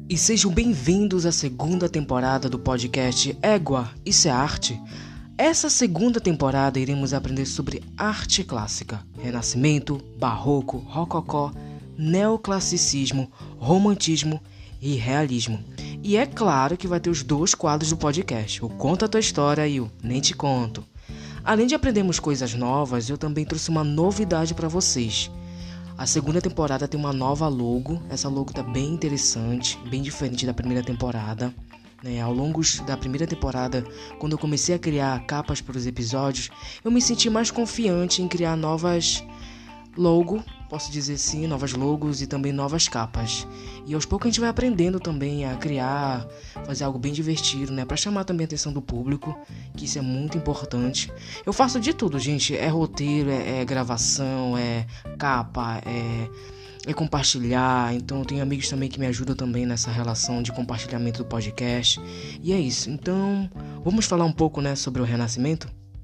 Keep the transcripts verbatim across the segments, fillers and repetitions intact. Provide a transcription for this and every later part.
E sejam bem-vindos à segunda temporada do podcast Égua, Isso é Arte? Essa segunda temporada iremos aprender sobre arte clássica, renascimento, barroco, rococó, neoclassicismo, romantismo e realismo. E é claro que vai ter os dois quadros do podcast, o Conta a Tua História e o Nem Te Conto. Além de aprendermos coisas novas, eu também trouxe uma novidade para vocês. A segunda temporada tem uma nova logo, essa logo tá bem interessante, bem diferente da primeira temporada. Né? Ao longo da primeira temporada, quando eu comecei a criar capas para os episódios, eu me senti mais confiante em criar novas logo, posso dizer assim, novas logos e também novas capas. E aos poucos a gente vai aprendendo também a criar, fazer algo bem divertido, né? Para chamar também a atenção do público, que isso é muito importante. Eu faço de tudo, gente. É roteiro, é, é gravação, é capa, é, é compartilhar. Então eu tenho amigos também que me ajudam também nessa relação de compartilhamento do podcast. E é isso. Então, vamos falar um pouco, né, sobre o Renascimento?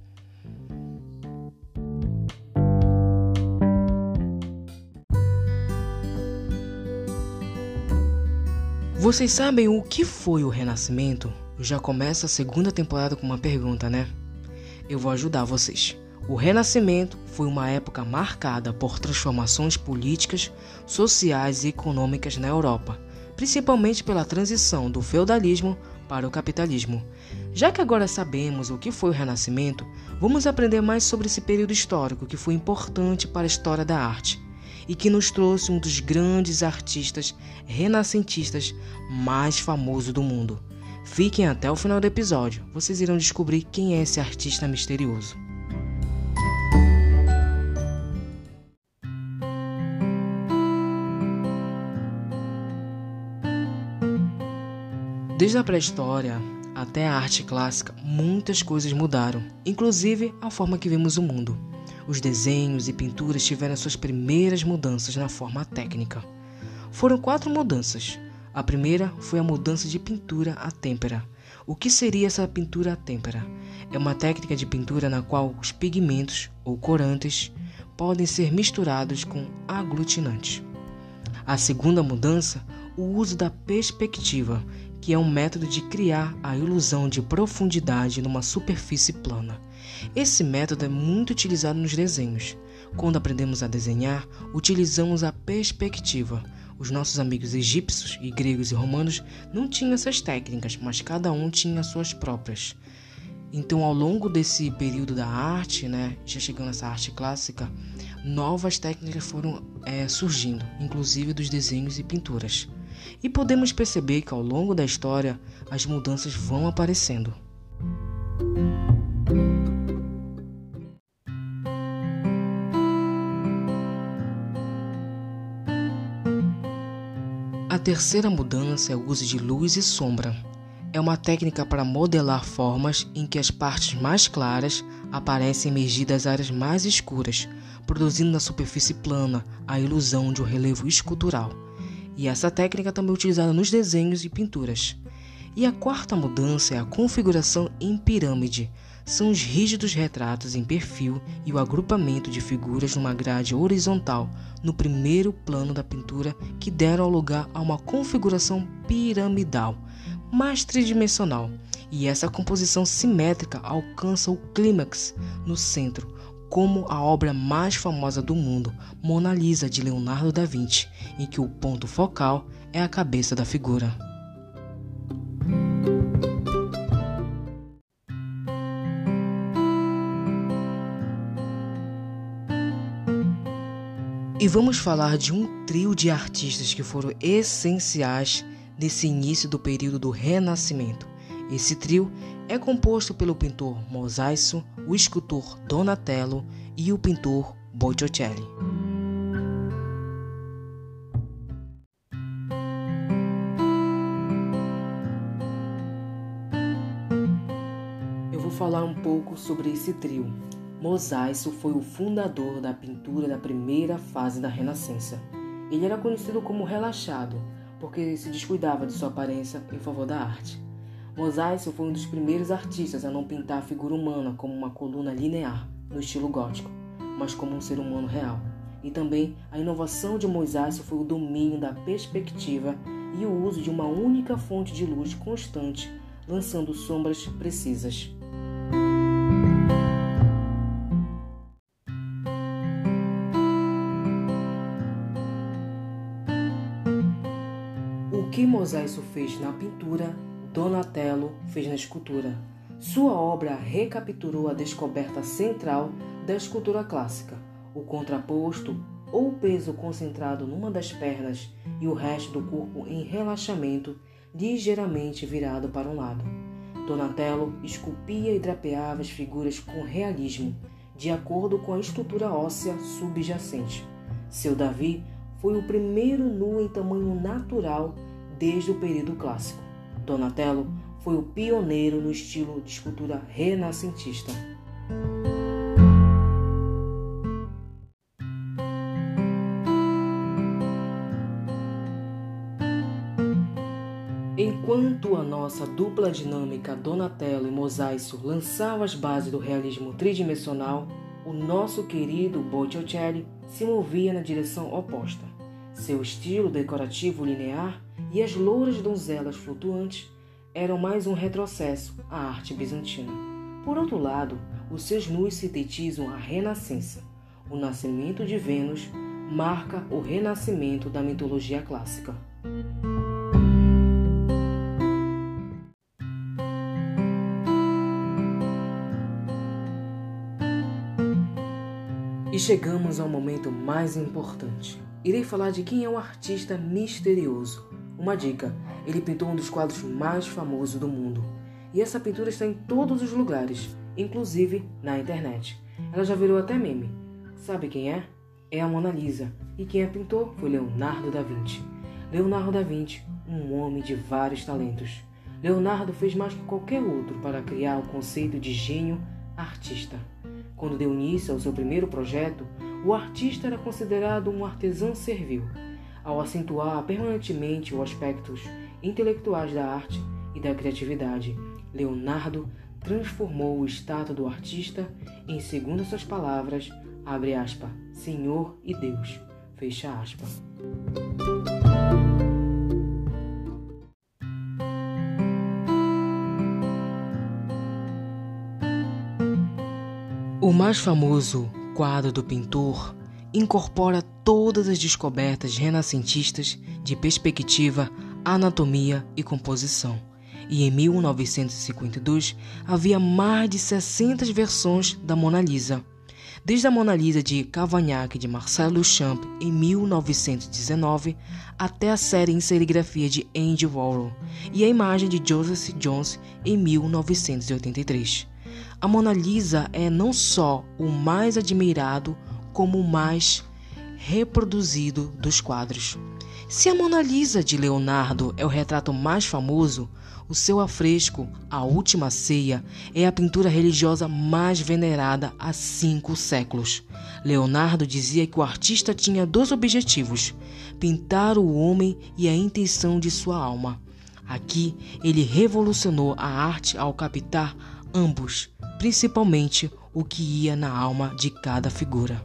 Vocês sabem o que foi o Renascimento? Já começa a segunda temporada com uma pergunta, né? Eu vou ajudar vocês. O Renascimento foi uma época marcada por transformações políticas, sociais e econômicas na Europa, principalmente pela transição do feudalismo para o capitalismo. Já que agora sabemos o que foi o Renascimento, vamos aprender mais sobre esse período histórico que foi importante para a história da arte e que nos trouxe um dos grandes artistas renascentistas mais famosos do mundo. Fiquem até o final do episódio, vocês irão descobrir quem é esse artista misterioso. Desde a pré-história até a arte clássica, muitas coisas mudaram, inclusive a forma que vemos o mundo. Os desenhos e pinturas tiveram suas primeiras mudanças na forma técnica. Foram quatro mudanças. A primeira foi a mudança de pintura à têmpera. O que seria essa pintura à têmpera? É uma técnica de pintura na qual os pigmentos ou corantes podem ser misturados com aglutinantes. A segunda mudança, o uso da perspectiva, que é um método de criar a ilusão de profundidade numa superfície plana. Esse método é muito utilizado nos desenhos. Quando aprendemos a desenhar, utilizamos a perspectiva. Os nossos amigos egípcios e gregos e romanos não tinham essas técnicas, mas cada um tinha as suas próprias. Então, ao longo desse período da arte, né, já chegando nessa arte clássica, novas técnicas foram é, surgindo, inclusive dos desenhos e pinturas. E podemos perceber que ao longo da história as mudanças vão aparecendo. A terceira mudança é o uso de luz e sombra. É uma técnica para modelar formas em que as partes mais claras aparecem emergidas das áreas mais escuras, produzindo na superfície plana a ilusão de um relevo escultural. E essa técnica também é utilizada nos desenhos e pinturas. E a quarta mudança é a configuração em pirâmide. São os rígidos retratos em perfil e o agrupamento de figuras numa grade horizontal no primeiro plano da pintura que deram lugar a uma configuração piramidal, mais tridimensional. E essa composição simétrica alcança o clímax no centro, como a obra mais famosa do mundo, Mona Lisa, de Leonardo da Vinci, em que o ponto focal é a cabeça da figura. E vamos falar de um trio de artistas que foram essenciais nesse início do período do Renascimento. Esse trio é composto pelo pintor Mosaico, o escultor Donatello e o pintor Botticelli. Eu vou falar um pouco sobre esse trio. Mosaico foi o fundador da pintura da primeira fase da Renascença. Ele era conhecido como relaxado, porque se descuidava de sua aparência em favor da arte. Mosaico foi um dos primeiros artistas a não pintar a figura humana como uma coluna linear, no estilo gótico, mas como um ser humano real. E também a inovação de Mosaico foi o domínio da perspectiva e o uso de uma única fonte de luz constante, lançando sombras precisas. O que Mosaico fez na pintura, Donatello fez na escultura. Sua obra recapturou a descoberta central da escultura clássica, o contraposto ou peso concentrado numa das pernas e o resto do corpo em relaxamento, ligeiramente virado para um lado. Donatello esculpia e drapeava as figuras com realismo, de acordo com a estrutura óssea subjacente. Seu Davi foi o primeiro nu em tamanho natural desde o período clássico. Donatello foi o pioneiro no estilo de escultura renascentista. Enquanto a nossa dupla dinâmica Donatello e Mosaico lançava as bases do realismo tridimensional, o nosso querido Botticelli se movia na direção oposta. Seu estilo decorativo linear e as louras donzelas flutuantes eram mais um retrocesso à arte bizantina. Por outro lado, os seus nus sintetizam a renascença. O nascimento de Vênus marca o renascimento da mitologia clássica. E chegamos ao momento mais importante. Irei falar de quem é o artista misterioso. Uma dica, ele pintou um dos quadros mais famosos do mundo. E essa pintura está em todos os lugares, inclusive na internet. Ela já virou até meme. Sabe quem é? É a Mona Lisa. E quem a pintou foi Leonardo da Vinci. Leonardo da Vinci, um homem de vários talentos. Leonardo fez mais que qualquer outro para criar o conceito de gênio artista. Quando deu início ao seu primeiro projeto, o artista era considerado um artesão servil. Ao acentuar permanentemente os aspectos intelectuais da arte e da criatividade, Leonardo transformou o status do artista em, segundo suas palavras, abre aspas, Senhor e Deus, fecha aspas. O mais famoso quadro do pintor incorpora todas as descobertas renascentistas de perspectiva, anatomia e composição. E em mil novecentos e cinquenta e dois havia mais de sessenta versões da Mona Lisa. Desde a Mona Lisa de Cavaignac de Marcel Duchamp em mil novecentos e dezenove até a série em serigrafia de Andy Warhol e a imagem de Joseph Jones em mil novecentos e oitenta e três. A Mona Lisa é não só o mais admirado, como o mais reproduzido dos quadros. Se a Mona Lisa de Leonardo é o retrato mais famoso, o seu afresco, A Última Ceia, é a pintura religiosa mais venerada há cinco séculos. Leonardo dizia que o artista tinha dois objetivos: pintar o homem e a intenção de sua alma. Aqui, ele revolucionou a arte ao captar ambos, principalmente o que ia na alma de cada figura.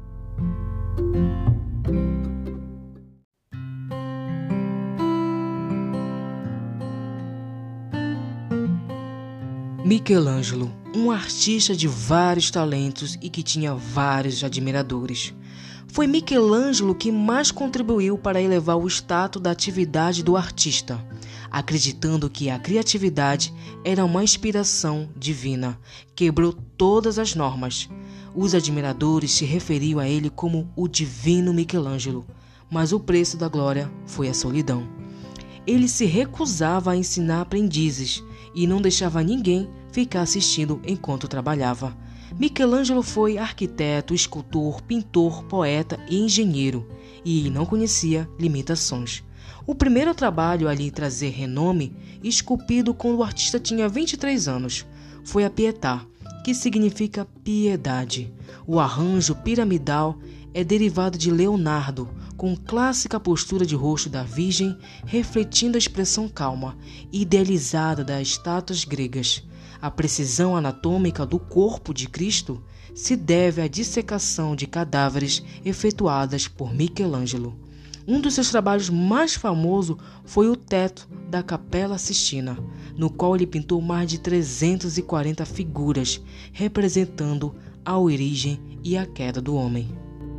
Michelangelo, um artista de vários talentos e que tinha vários admiradores. Foi Michelangelo que mais contribuiu para elevar o status da atividade do artista, acreditando que a criatividade era uma inspiração divina. Quebrou todas as normas. Os admiradores se referiam a ele como o divino Michelangelo, mas o preço da glória foi a solidão. Ele se recusava a ensinar aprendizes e não deixava ninguém ficar assistindo enquanto trabalhava. Michelangelo foi arquiteto, escultor, pintor, poeta e engenheiro, e não conhecia limitações. O primeiro trabalho a lhe trazer renome, esculpido quando o artista tinha vinte e três anos, foi a Pietà, que significa piedade. O arranjo piramidal é derivado de Leonardo, com clássica postura de rosto da Virgem, refletindo a expressão calma e idealizada das estátuas gregas. A precisão anatômica do corpo de Cristo se deve à dissecação de cadáveres efetuadas por Michelangelo. Um dos seus trabalhos mais famosos foi o teto da Capela Sistina, no qual ele pintou mais de trezentas e quarenta figuras, representando a origem e a queda do homem.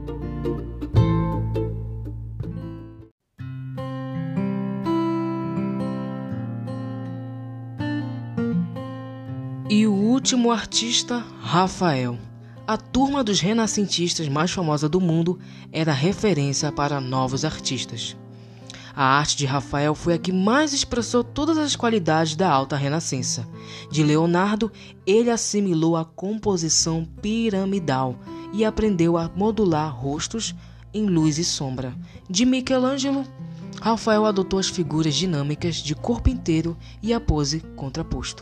E o último artista, Rafael. A turma dos renascentistas mais famosa do mundo era referência para novos artistas. A arte de Rafael foi a que mais expressou todas as qualidades da alta renascença. De Leonardo, ele assimilou a composição piramidal e aprendeu a modular rostos em luz e sombra. De Michelangelo, Rafael adotou as figuras dinâmicas de corpo inteiro e a pose contraposto.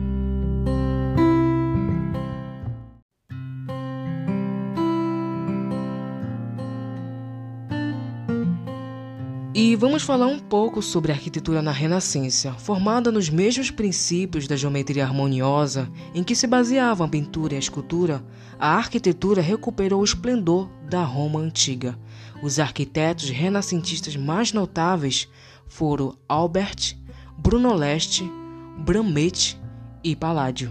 E vamos falar um pouco sobre a arquitetura na Renascença, formada nos mesmos princípios da geometria harmoniosa em que se baseavam a pintura e a escultura. A arquitetura recuperou o esplendor da Roma antiga. Os arquitetos renascentistas mais notáveis foram Albert, Brunelleschi, Bramante e Palladio.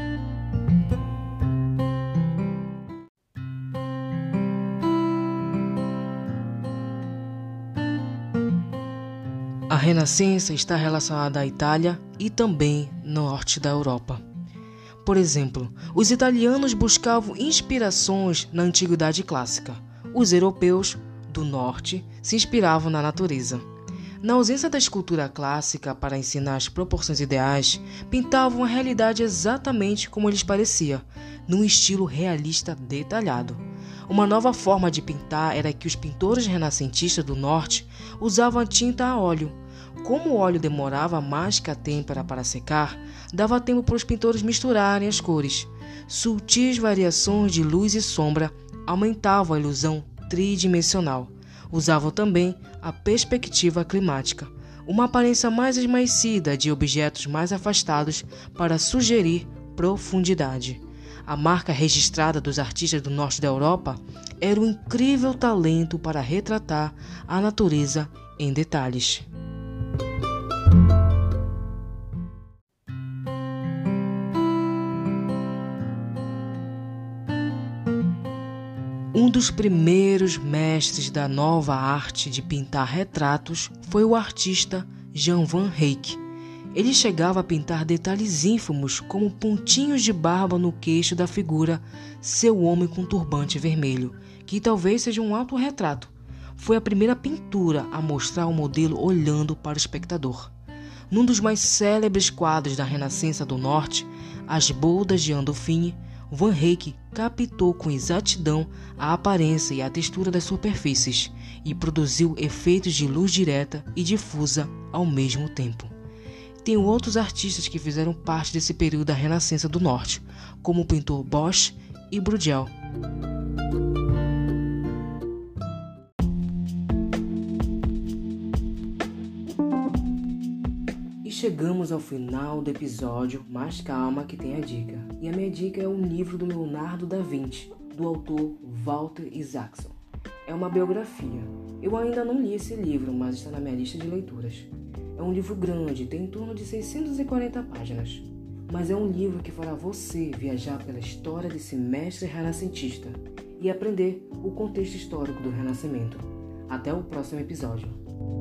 A Renascença está relacionada à Itália e também no norte da Europa. Por exemplo, os italianos buscavam inspirações na antiguidade clássica. Os europeus do norte se inspiravam na natureza. Na ausência da escultura clássica para ensinar as proporções ideais, pintavam a realidade exatamente como lhes parecia, num estilo realista detalhado. Uma nova forma de pintar era que os pintores renascentistas do norte usavam a tinta a óleo. Como o óleo demorava mais que a têmpera para secar, dava tempo para os pintores misturarem as cores. Sutis variações de luz e sombra aumentavam a ilusão tridimensional. Usavam também a perspectiva climática, uma aparência mais esmaecida de objetos mais afastados para sugerir profundidade. A marca registrada dos artistas do norte da Europa era o incrível talento para retratar a natureza em detalhes. Um dos primeiros mestres da nova arte de pintar retratos foi o artista Jan van Eyck. Ele chegava a pintar detalhes ínfimos como pontinhos de barba no queixo da figura, seu homem com turbante vermelho, que talvez seja um autorretrato. Foi a primeira pintura a mostrar o modelo olhando para o espectador. Num dos mais célebres quadros da Renascença do Norte, As Bodas de Andolfini, Van Eyck captou com exatidão a aparência e a textura das superfícies e produziu efeitos de luz direta e difusa ao mesmo tempo. Tem outros artistas que fizeram parte desse período da Renascença do Norte, como o pintor Bosch e Bruegel. E chegamos ao final do episódio, mas calma que tem a dica. E a minha dica é um livro do Leonardo da Vinci, do autor Walter Isaacson. É uma biografia. Eu ainda não li esse livro, mas está na minha lista de leituras. É um livro grande, tem em torno de seiscentas e quarenta páginas. Mas é um livro que fará você viajar pela história desse mestre renascentista e aprender o contexto histórico do Renascimento. Até o próximo episódio.